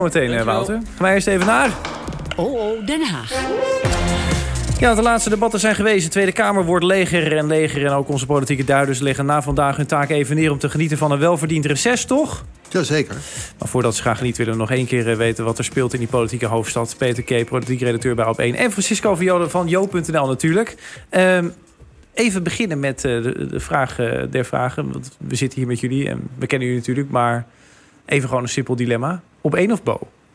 Meteen, Wouter. Gaan wij eerst even naar... Den Haag. Ja, de laatste debatten zijn geweest. De Tweede Kamer wordt leger en ook onze politieke duiders leggen na vandaag hun taak even neer om te genieten van een welverdiend reces, toch? Jazeker. Maar voordat ze gaan genieten willen we nog één keer weten wat er speelt in die politieke hoofdstad. Peter Kee, politiek redacteur bij Op1 en Francisco Viola van Jo.nl natuurlijk. Even beginnen met de vraag der vragen. Want we zitten hier met jullie en we kennen jullie natuurlijk, maar even gewoon een simpel dilemma. Op1 of Bo?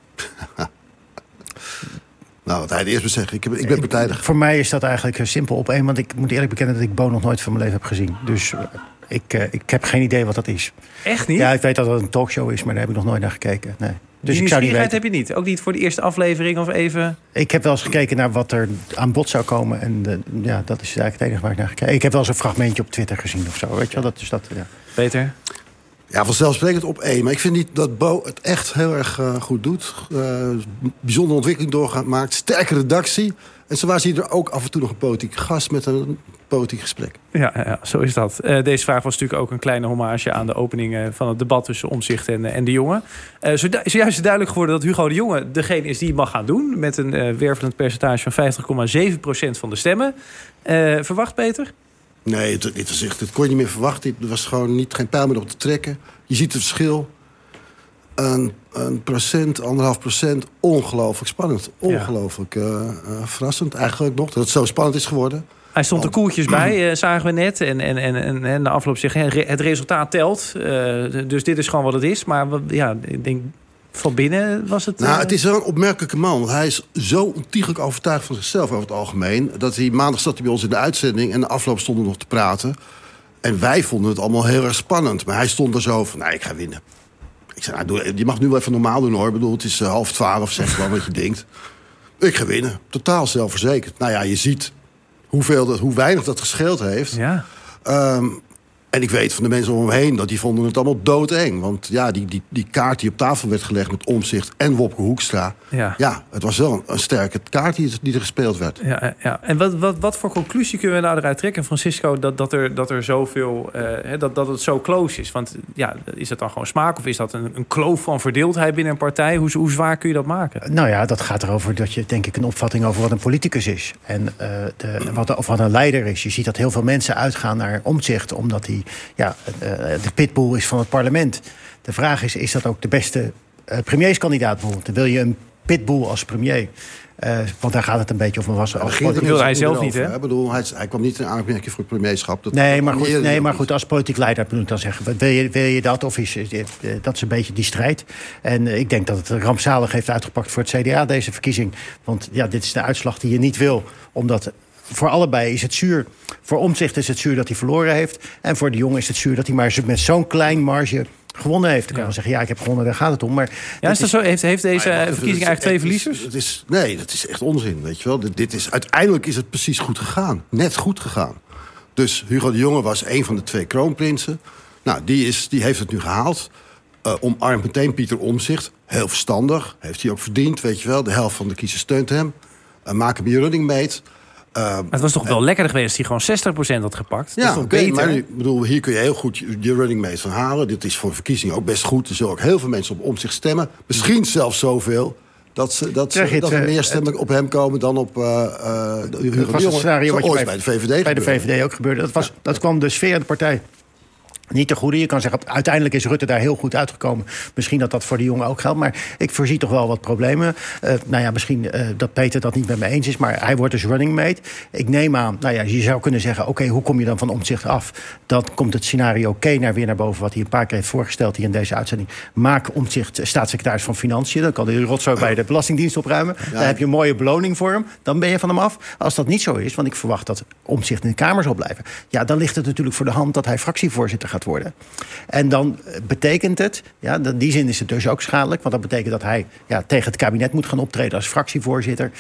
Nou, wat hij eerst moet zeggen. Ik ben partijdig. Voor mij is dat eigenlijk simpel Op1. Want ik moet eerlijk bekennen dat ik Bo nog nooit van mijn leven heb gezien. Dus ik heb geen idee wat dat is. Echt niet? Ja, ik weet dat het een talkshow is, maar daar heb ik nog nooit naar gekeken. Nee. Dus die ik zou niet weten. heb je niet? Ook niet voor de eerste aflevering of even... Ik heb wel eens gekeken naar wat er aan bod zou komen. En dat is eigenlijk het enige waar ik naar gekeken. Ik heb wel eens een fragmentje op Twitter gezien of zo. Weet je wel? Dat is dat, ja. Peter? Ja, vanzelfsprekend Op1. Maar ik vind niet dat Bo het echt heel erg goed doet. Bijzondere ontwikkeling doormaakt. Sterke redactie. En zo was hij er ook af en toe nog een politieke gast met een politiek gesprek. Ja, zo is dat. Deze vraag was natuurlijk ook een kleine hommage aan de opening van het debat tussen Omtzigt en De Jonge. Zojuist is duidelijk geworden dat Hugo De Jonge degene is die het mag gaan doen. Met een wervelend percentage van 50,7% van de stemmen. Verwacht, Peter? Nee, dit kon je niet meer verwachten. Er was gewoon geen pijl meer op te trekken. Je ziet het verschil. Een procent, 1,5%. Ongelooflijk spannend. Ongelooflijk verrassend eigenlijk nog. Dat het zo spannend is geworden. Hij stond er koeltjes bij, zagen we net. En de afloop zegt, het resultaat telt. Dus dit is gewoon wat het is. Maar ja, ik denk, van binnen was het... Nou, het is wel een opmerkelijke man. Want hij is zo ontiegelijk overtuigd van zichzelf over het algemeen. Dat maandag zat hij bij ons in de uitzending. En de afloop stonden we nog te praten. En wij vonden het allemaal heel erg spannend. Maar hij stond er zo van, nee, ik ga winnen. Ik zei, nou, je mag nu wel even normaal doen, hoor. Ik bedoel, het is 11:30, zeg maar wat je denkt. Ik ga winnen. Totaal zelfverzekerd. Nou ja, je ziet hoe weinig dat gescheeld heeft. Ja. En ik weet van de mensen om me heen dat die vonden het allemaal doodeng. Want ja, die kaart die op tafel werd gelegd met Omtzigt en Wopke Hoekstra... Ja, het was wel een sterke kaart die er gespeeld werd. Ja. En wat voor conclusie kunnen we nou eruit trekken, Francisco... dat er zoveel... dat het zo close is? Want ja, is dat dan gewoon smaak? Of is dat een kloof van verdeeldheid binnen een partij? Hoe zwaar kun je dat maken? Nou ja, dat gaat erover dat je, denk ik, een opvatting over wat een politicus is. En wat een leider is. Je ziet dat heel veel mensen uitgaan naar Omtzigt... omdat hij de pitbull is van het parlement. De vraag is dat ook de beste premierskandidaat bijvoorbeeld? Dan wil je een pitbull als premier? Want daar gaat het een beetje over. Dat wilde hij zelf niet, hè? Ik bedoel, hij kwam niet in aanmerking voor het premierschap. Maar goed, als politiek leider moet ik dan zeggen... wil je dat of dat is een beetje die strijd. En ik denk dat het rampzalig heeft uitgepakt voor het CDA, deze verkiezing. Want ja, dit is de uitslag die je niet wil, omdat... Voor allebei is het zuur. Voor Omtzigt is het zuur dat hij verloren heeft. En voor De Jonge is het zuur dat hij maar met zo'n klein marge gewonnen heeft. Dan kan je wel zeggen, ik heb gewonnen, daar gaat het om. Maar is dat zo? Heeft deze verkiezing eigenlijk twee verliezers? Nee, dat is echt onzin, weet je wel. Uiteindelijk is het precies goed gegaan. Net goed gegaan. Dus Hugo De Jonge was een van de twee kroonprinsen. Nou, die heeft het nu gehaald. Omarmt meteen Pieter Omtzigt. Heel verstandig. Heeft hij ook verdiend, weet je wel. De helft van de kiezers steunt hem. Maak hem je running mate. Maar het was toch wel lekkerder geweest als hij gewoon 60% had gepakt? Ja, maar ik bedoel, hier kun je heel goed je running mate van halen. Dit is voor verkiezingen ook best goed. Er zullen ook heel veel mensen op Omtzigt stemmen. Misschien zelfs zoveel dat er meer stemmen op hem komen dan op Hugo De Jonge. Ooit bij de VVD bij de VVD ook gebeurde. Dat kwam de sfeer in de partij niet te goede. Je kan zeggen, uiteindelijk is Rutte daar heel goed uitgekomen. Misschien dat voor De Jonge ook geldt. Maar ik voorzie toch wel wat problemen. Misschien dat Peter dat niet met me eens is. Maar hij wordt dus running mate. Ik neem aan, je zou kunnen zeggen... oké, hoe kom je dan van Omtzigt af? Dan komt het scenario weer naar boven... wat hij een paar keer heeft voorgesteld hier in deze uitzending. Maak Omtzigt staatssecretaris van Financiën. Dan kan de rotzooi bij de Belastingdienst opruimen. Ja. Dan heb je een mooie beloning voor hem. Dan ben je van hem af. Als dat niet zo is, want ik verwacht dat Omtzigt in de Kamer zal blijven... dan ligt het natuurlijk voor de hand dat hij fractievoorzitter gaat worden. En dan betekent het, in die zin is het dus ook schadelijk... want dat betekent dat hij tegen het kabinet moet gaan optreden als fractievoorzitter.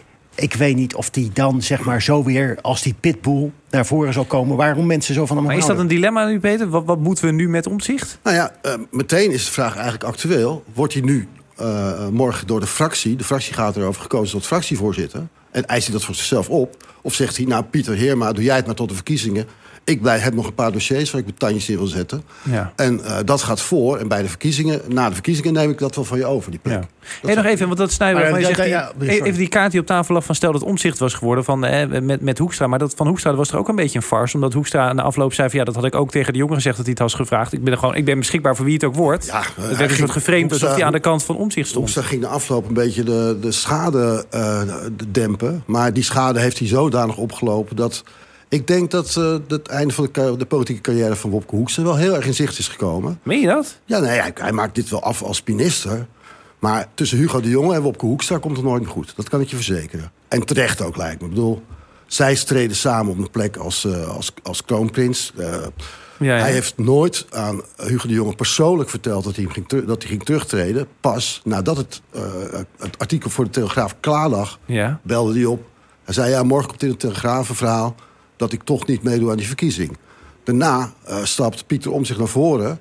Ik weet niet of die dan zeg maar zo weer als die pitbull naar voren zal komen... waarom mensen zo van hem houden. Maar is dat een dilemma nu, Peter? Wat moeten we nu met Omtzigt? Nou ja, meteen is de vraag eigenlijk actueel. Wordt hij nu morgen door de fractie gaat erover gekozen tot fractievoorzitter... en eist hij dat voor zichzelf op? Of zegt hij, nou Pieter Heerma, doe jij het maar tot de verkiezingen... Ik heb nog een paar dossiers waar ik mijn tandjes in wil zetten. Ja. En dat gaat voor. En bij na de verkiezingen neem ik dat wel van je over, die plek. Ja. Nog even, want dat Snijboom, even die kaart die op tafel lag van stel dat Omtzigt was geworden met Hoekstra. Maar dat van Hoekstra was er ook een beetje een farce. Omdat Hoekstra aan de afloop zei van dat had ik ook tegen de jongen gezegd dat hij het had gevraagd. Ik ben beschikbaar voor wie het ook wordt. Ja, het werd een soort geframed alsof hij aan de kant van Omtzigt stond. Hoekstra ging de afloop een beetje de schade dempen. Maar die schade heeft hij zodanig opgelopen dat... Ik denk dat het einde van de politieke carrière van Wopke Hoekstra wel heel erg in zicht is gekomen. Meen je dat? Ja, nee, hij maakt dit wel af als minister. Maar tussen Hugo de Jonge en Wopke Hoekstra komt het nooit meer goed. Dat kan ik je verzekeren. En terecht ook, lijkt me. Ik bedoel, zij streden samen op een plek als kroonprins. Hij heeft nooit aan Hugo de Jonge persoonlijk verteld dat hij ging terugtreden. Pas nadat het artikel voor de Telegraaf klaar lag, belde hij op. Hij zei, morgen komt in het Telegraaf een verhaal dat ik toch niet meedoe aan die verkiezing. Daarna stapt Pieter Omtzigt naar voren.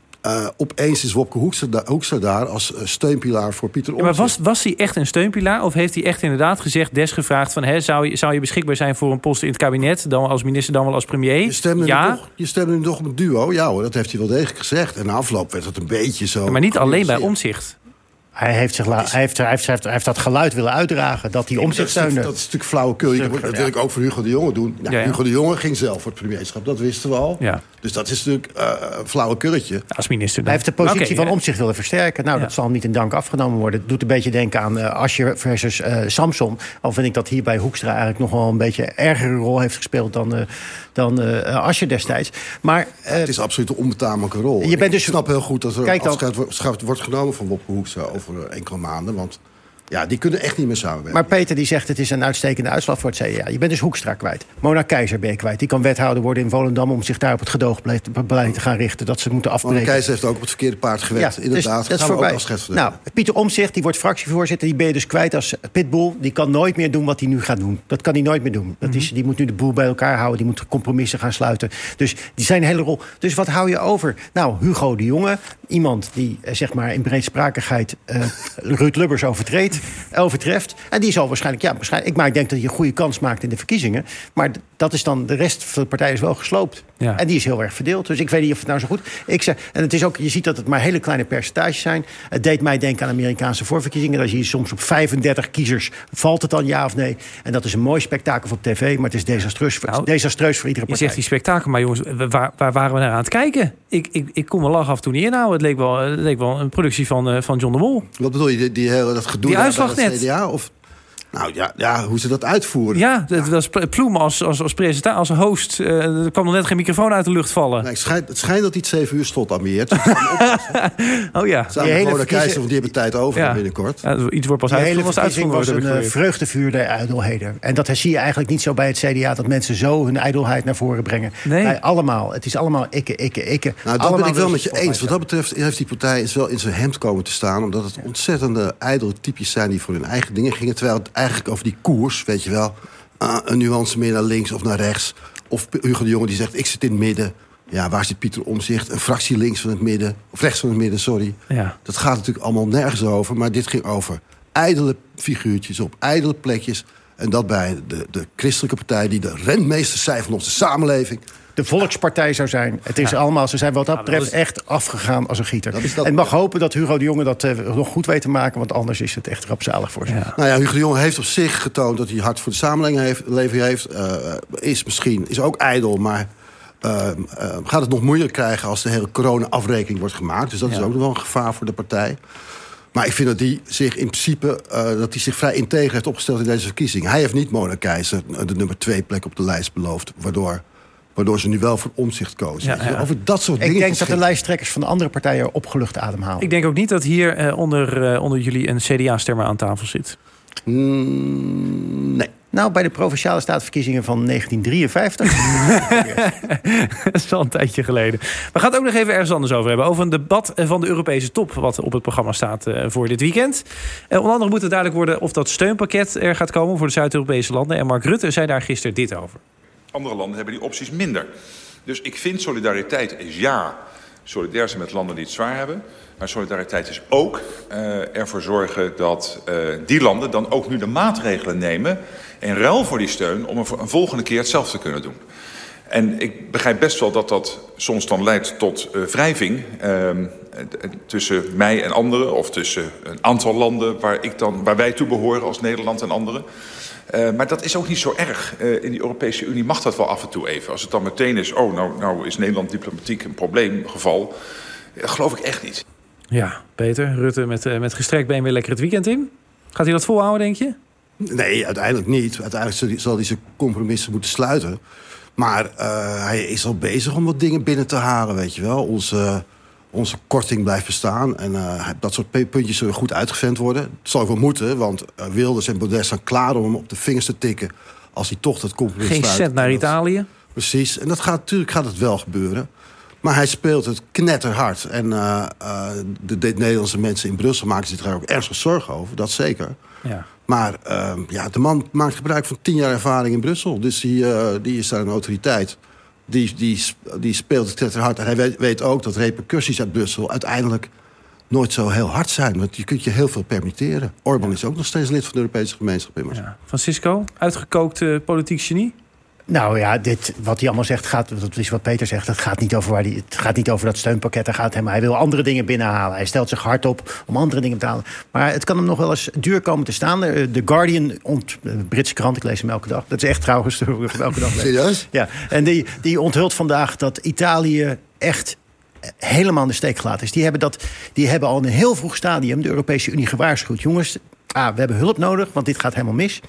Opeens is Wopke Hoekstra daar als steunpilaar voor Pieter Omtzigt. Maar was hij echt een steunpilaar? Of heeft hij echt inderdaad gezegd, desgevraagd van... zou je beschikbaar zijn voor een post in het kabinet? Dan wel als minister, dan wel als premier? Je stemde nu toch op een duo? Ja hoor, dat heeft hij wel degelijk gezegd. En na afloop werd het een beetje zo... Ja, maar niet alleen bij Omtzigt. Hij heeft dat geluid willen uitdragen, dat hij Omtzigt steunde. Dat is natuurlijk flauwekul. Dat wil ik ook voor Hugo de Jonge doen. Hugo de Jonge ging zelf voor het premierschap, dat wisten we al. Ja. Dus dat is natuurlijk een flauwekulletje. Als minister. Hij heeft de positie van Omtzigt willen versterken. Nou, dat zal hem niet in dank afgenomen worden. Het doet een beetje denken aan Asscher versus Samson. Al vind ik dat hier bij Hoekstra eigenlijk nog wel een beetje ergere rol heeft gespeeld dan Asscher destijds. Maar het is absoluut een onbetamelijke rol. Ik snap heel goed dat er afscheid wordt genomen van Wopke Hoekstra over enkele maanden. Want die kunnen echt niet meer samenwerken. Maar Peter die zegt het is een uitstekende uitslag voor het CDA. Je bent dus Hoekstra kwijt. Mona Keizer ben je kwijt. Die kan wethouder worden in Volendam om zich daar op het gedoogbeleid te gaan richten. Dat ze moeten afbreken. Mona Keizer heeft ook op het verkeerde paard gewet. Ja, inderdaad. Dus, dat is voorbij. Nou, Pieter Omtzigt die wordt fractievoorzitter. Die ben je dus kwijt als pitbull. Die kan nooit meer doen wat hij nu gaat doen. Dat kan hij nooit meer doen. Die moet nu de boel bij elkaar houden. Die moet compromissen gaan sluiten. Dus die zijn hele rol. Dus wat hou je over? Nou, Hugo de Jonge. Iemand die zeg maar in breedsprakigheid Ruud Lubbers overtreft. En die zal waarschijnlijk... Maar ik denk dat hij een goede kans maakt in de verkiezingen. Maar dat is dan... De rest van de partij is wel gesloopt. Ja. En die is heel erg verdeeld. Dus ik weet niet of het nou zo goed... En het is ook... Je ziet dat het maar hele kleine percentages zijn. Het deed mij denken aan Amerikaanse voorverkiezingen. Dan zie je soms op 35 kiezers... Valt het dan ja of nee? En dat is een mooi spektakel op tv. Maar het is desastreus voor iedere partij. Je zegt die spektakel, maar jongens... Waar waren we naar aan het kijken? Ik kon me lachen af toen niet inhouden. Het leek wel een productie van John de Mol. Wat bedoel je? Dat gedoe die uitslag net. CDA, of... Nou ja, hoe ze dat uitvoeren. Ja, dat was Ploem als presentator, als host. Er kwam nog net geen microfoon uit de lucht vallen. Nee, het schijnt dat hij 7 uur slot amieert. Oh ja. Samen met de Keizer, want die hebben tijd over binnenkort. Ja, iets wordt pas uitgevoerd. Was een vreugdevuur der ijdelheden. En dat zie je eigenlijk niet zo bij het CDA... dat mensen zo hun ijdelheid naar voren brengen. Nee. Het is allemaal ikke. Nou, dat ben ik wel met je eens. Wat dat betreft heeft die partij wel in zijn hemd komen te staan... omdat het ontzettende ijdele typjes zijn die voor hun eigen dingen gingen... terwijl het eigenlijk over die koers, weet je wel... een nuance meer naar links of naar rechts. Of Hugo de Jonge die zegt, ik zit in het midden. Ja, waar zit Pieter Omtzigt? Een fractie links van het midden. Of rechts van het midden, sorry. Ja. Dat gaat natuurlijk allemaal nergens over. Maar dit ging over ijdele figuurtjes op ijdele plekjes. En dat bij de christelijke partij... die de rentmeesters zijn van onze samenleving... de volkspartij zou zijn. Het is allemaal, ze zijn wat dat betreft echt afgegaan als een gieter. En ik mag hopen dat Hugo de Jonge dat nog goed weet te maken... want anders is het echt rampzalig voor ze. Ja. Nou ja, Hugo de Jonge heeft op zich getoond dat hij hart voor de samenleving heeft. Is ook ijdel, maar... gaat het nog moeilijk krijgen als de hele corona-afrekening wordt gemaakt. Dus dat is ook nog wel een gevaar voor de partij. Maar ik vind dat hij zich in principe vrij integer heeft opgesteld in deze verkiezing. Hij heeft niet Mona Keizer de nummer 2 plek op de lijst beloofd, waardoor ze nu wel voor Omtzigt kozen. Ja. Over dat soort dingen. Ik denk dat de lijsttrekkers van de andere partijen opgelucht ademhalen. Ik denk ook niet dat hier onder jullie een CDA-stemmer aan tafel zit. Nee. Nou, bij de Provinciale Statenverkiezingen van 1953. Dat is al een tijdje geleden. We gaan het ook nog even ergens anders over hebben. Over een debat van de Europese top... wat op het programma staat voor dit weekend. Onder andere moet het duidelijk worden of dat steunpakket er gaat komen... voor de Zuid-Europese landen. En Mark Rutte zei daar gisteren dit over. Andere landen hebben die opties minder. Dus ik vind solidariteit is solidair zijn met landen die het zwaar hebben. Maar solidariteit is ook ervoor zorgen dat die landen dan ook nu de maatregelen nemen... in ruil voor die steun om een volgende keer hetzelfde te kunnen doen. En ik begrijp best wel dat dat soms dan leidt tot wrijving tussen mij en anderen, of tussen een aantal landen waar wij toe behoren als Nederland en anderen. Maar dat is ook niet zo erg. In die Europese Unie mag dat wel af en toe even. Als het dan meteen is, nou is Nederland diplomatiek een probleemgeval. Dat geloof ik echt niet. Ja, Peter, Rutte met gestrekt been weer lekker het weekend in. Gaat hij dat volhouden, denk je? Nee, uiteindelijk niet. Uiteindelijk zal hij zijn compromissen moeten sluiten. Maar hij is al bezig om wat dingen binnen te halen, weet je wel. Onze korting blijft bestaan. En dat soort puntjes zullen goed uitgevent worden. Het zal ook wel moeten, want Wilders en Baudet staan klaar om hem op de vingers te tikken als hij toch dat compromis sluit. Geen cent naar Italië. Precies. En natuurlijk gaat het wel gebeuren. Maar hij speelt het knetterhard. En de Nederlandse mensen in Brussel maken zich er ook ernstig zorgen over. Dat zeker. Ja. Maar de man maakt gebruik van 10 jaar ervaring in Brussel. Dus die is daar een autoriteit. Die speelt het knetterhard. En hij weet ook dat repercussies uit Brussel uiteindelijk nooit zo heel hard zijn. Want je kunt je heel veel permitteren. Orbán is ook nog steeds lid van de Europese gemeenschap immers. Ja. Francisco, uitgekookt politiek genie? Nou ja, wat hij allemaal zegt, dat is wat Peter zegt. Het gaat niet over dat steunpakket. Hij wil andere dingen binnenhalen. Hij stelt zich hard op om andere dingen te halen. Maar het kan hem nog wel eens duur komen te staan. The Guardian, de Britse krant, ik lees hem elke dag. Dat is echt trouwens, elke dag. Serieus? Ja. En die onthult vandaag dat Italië echt helemaal in de steek gelaten is. Die hebben al in een heel vroeg stadium de Europese Unie gewaarschuwd. Jongens, we hebben hulp nodig, want dit gaat helemaal mis.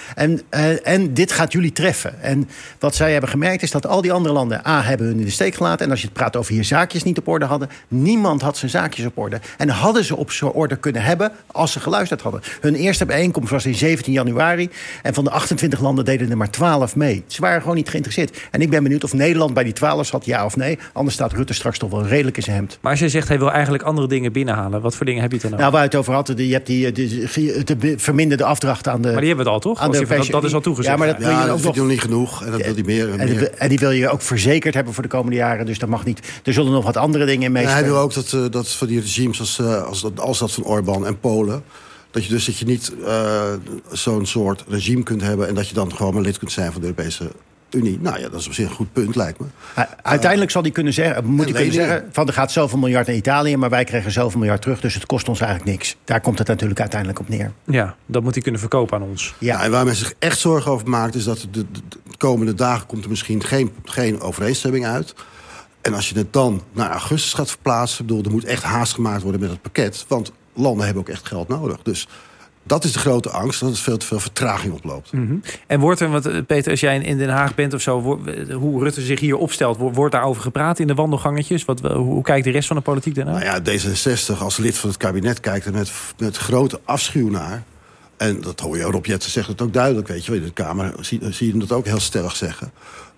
En dit gaat jullie treffen. En wat zij hebben gemerkt is dat al die andere landen hebben hun in de steek gelaten. En als je het praat over hier zaakjes niet op orde hadden, niemand had zijn zaakjes op orde. En hadden ze op zijn orde kunnen hebben als ze geluisterd hadden. Hun eerste bijeenkomst was in 17 januari. En van de 28 landen deden er maar 12 mee. Ze waren gewoon niet geïnteresseerd. En ik ben benieuwd of Nederland bij die 12 zat, ja of nee. Anders staat Rutte straks toch wel redelijk in zijn hemd. Maar als je zegt hij wil eigenlijk andere dingen binnenhalen, wat voor dingen heb je het dan Nou, waar je het over had, je hebt de verminderde afdracht aan de... Maar die hebben we het al, toch? Dat is al toegezegd. Ja, maar dat, dat vind je nog niet genoeg. En dat wil hij meer. En die wil je ook verzekerd hebben voor de komende jaren. Dus dat mag niet. Er zullen nog wat andere dingen in meespelen. Hij wil ook dat van die regimes als dat van Orbán en Polen, dat je niet zo'n soort regime kunt hebben en dat je dan gewoon maar lid kunt zijn van de Europese Unie. Nou ja, dat is op zich een goed punt, lijkt me. Uiteindelijk zal hij kunnen zeggen, van er gaat zoveel miljard naar Italië, maar wij krijgen zoveel miljard terug, dus het kost ons eigenlijk niks. Daar komt het natuurlijk uiteindelijk op neer. Ja, dat moet hij kunnen verkopen aan ons. Ja, en waar men zich echt zorgen over maakt, is dat de komende dagen komt er misschien geen overeenstemming uit. En als je het dan naar augustus gaat verplaatsen, er moet echt haast gemaakt worden met het pakket, want landen hebben ook echt geld nodig. Dus dat is de grote angst, dat er veel te veel vertraging oploopt. Mm-hmm. En wordt er, want Peter, als jij in Den Haag bent of zo, hoe Rutte zich hier opstelt, wordt daarover gepraat in de wandelgangetjes? Hoe kijkt de rest van de politiek daarnaar? Nou ja, D66 als lid van het kabinet kijkt er met grote afschuw naar. En dat hoor je Rob Jetten zegt het ook duidelijk, weet je. In de Kamer zie je hem dat ook heel stellig zeggen.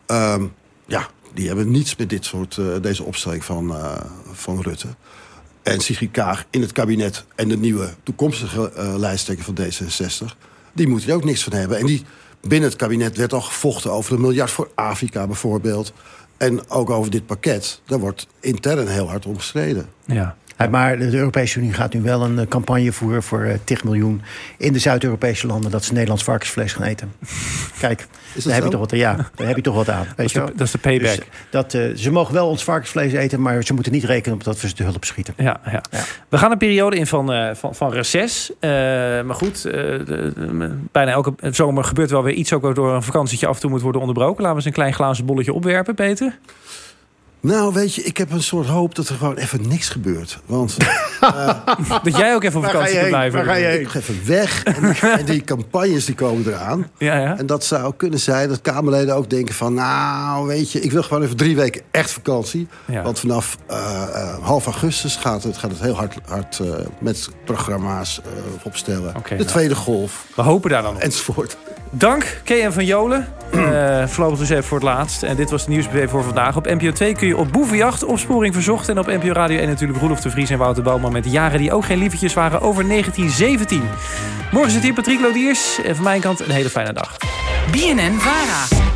Die hebben niets met deze opstelling van Rutte. En Sigrid Kaag in het kabinet en de nieuwe toekomstige lijsttrekker van D66, die moeten er ook niks van hebben. En binnen het kabinet werd al gevochten over $1 miljard voor Afrika bijvoorbeeld. En ook over dit pakket. Daar wordt intern heel hard om gestreden. Ja. Maar de Europese Unie gaat nu wel een campagne voeren voor 10 miljoen in de Zuid-Europese landen dat ze Nederlands varkensvlees gaan eten. Kijk, daar heb je toch wat aan. Dat is de payback. Dus, ze mogen wel ons varkensvlees eten, maar ze moeten niet rekenen op dat we ze de hulp schieten. Ja. We gaan een periode in van reces. Maar goed, bijna elke zomer gebeurt wel weer iets, ook door een vakantietje af en toe moet worden onderbroken. Laten we eens een klein glazen bolletje opwerpen, Peter. Nou, weet je, ik heb een soort hoop dat er gewoon even niks gebeurt. Want dat jij ook even op vakantie kunt blijven. Waar ga je heen? Ik ga even weg. En die campagnes die komen eraan. Ja. En dat zou kunnen zijn dat Kamerleden ook denken van, nou, weet je, ik wil gewoon even 3 weken echt vakantie. Ja. Want vanaf half augustus gaat het heel hard met programma's opstellen. De tweede golf. We hopen daar dan op. Enzovoort. Dank, K.M. van Jolen. Voorlopig dus even voor het laatst. En dit was de nieuwsbv voor vandaag. Op NPO 2 kun je op boevenjacht, opsporing verzocht. En op NPO Radio 1 natuurlijk Roelof de Vries en Wouter Bouwman met jaren die ook geen lievertjes waren over 1917. Morgen zit hier Patrick Lodiers. En van mijn kant een hele fijne dag. BNN-VARA.